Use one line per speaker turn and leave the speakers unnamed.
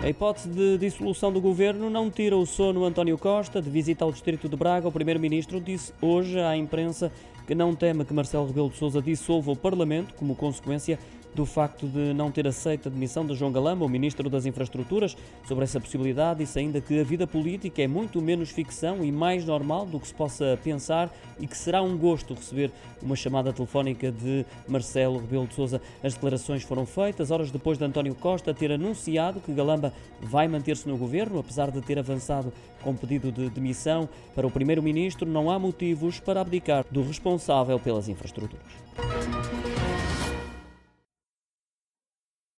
A hipótese de dissolução do governo não tira o sono a António Costa. De visita ao distrito de Braga, o primeiro-ministro disse hoje à imprensa que não teme que Marcelo Rebelo de Sousa dissolva o Parlamento como consequência do facto de não ter aceito a demissão de João Galamba, o ministro das Infraestruturas. Sobre essa possibilidade, disse ainda que a vida política é muito menos ficção e mais normal do que se possa pensar e que será um gosto receber uma chamada telefónica de Marcelo Rebelo de Sousa. As declarações foram feitas horas depois de António Costa ter anunciado que Galamba vai manter-se no governo, apesar de ter avançado com pedido de demissão. Para o primeiro-ministro, não há motivos para abdicar do responsável pelas infraestruturas.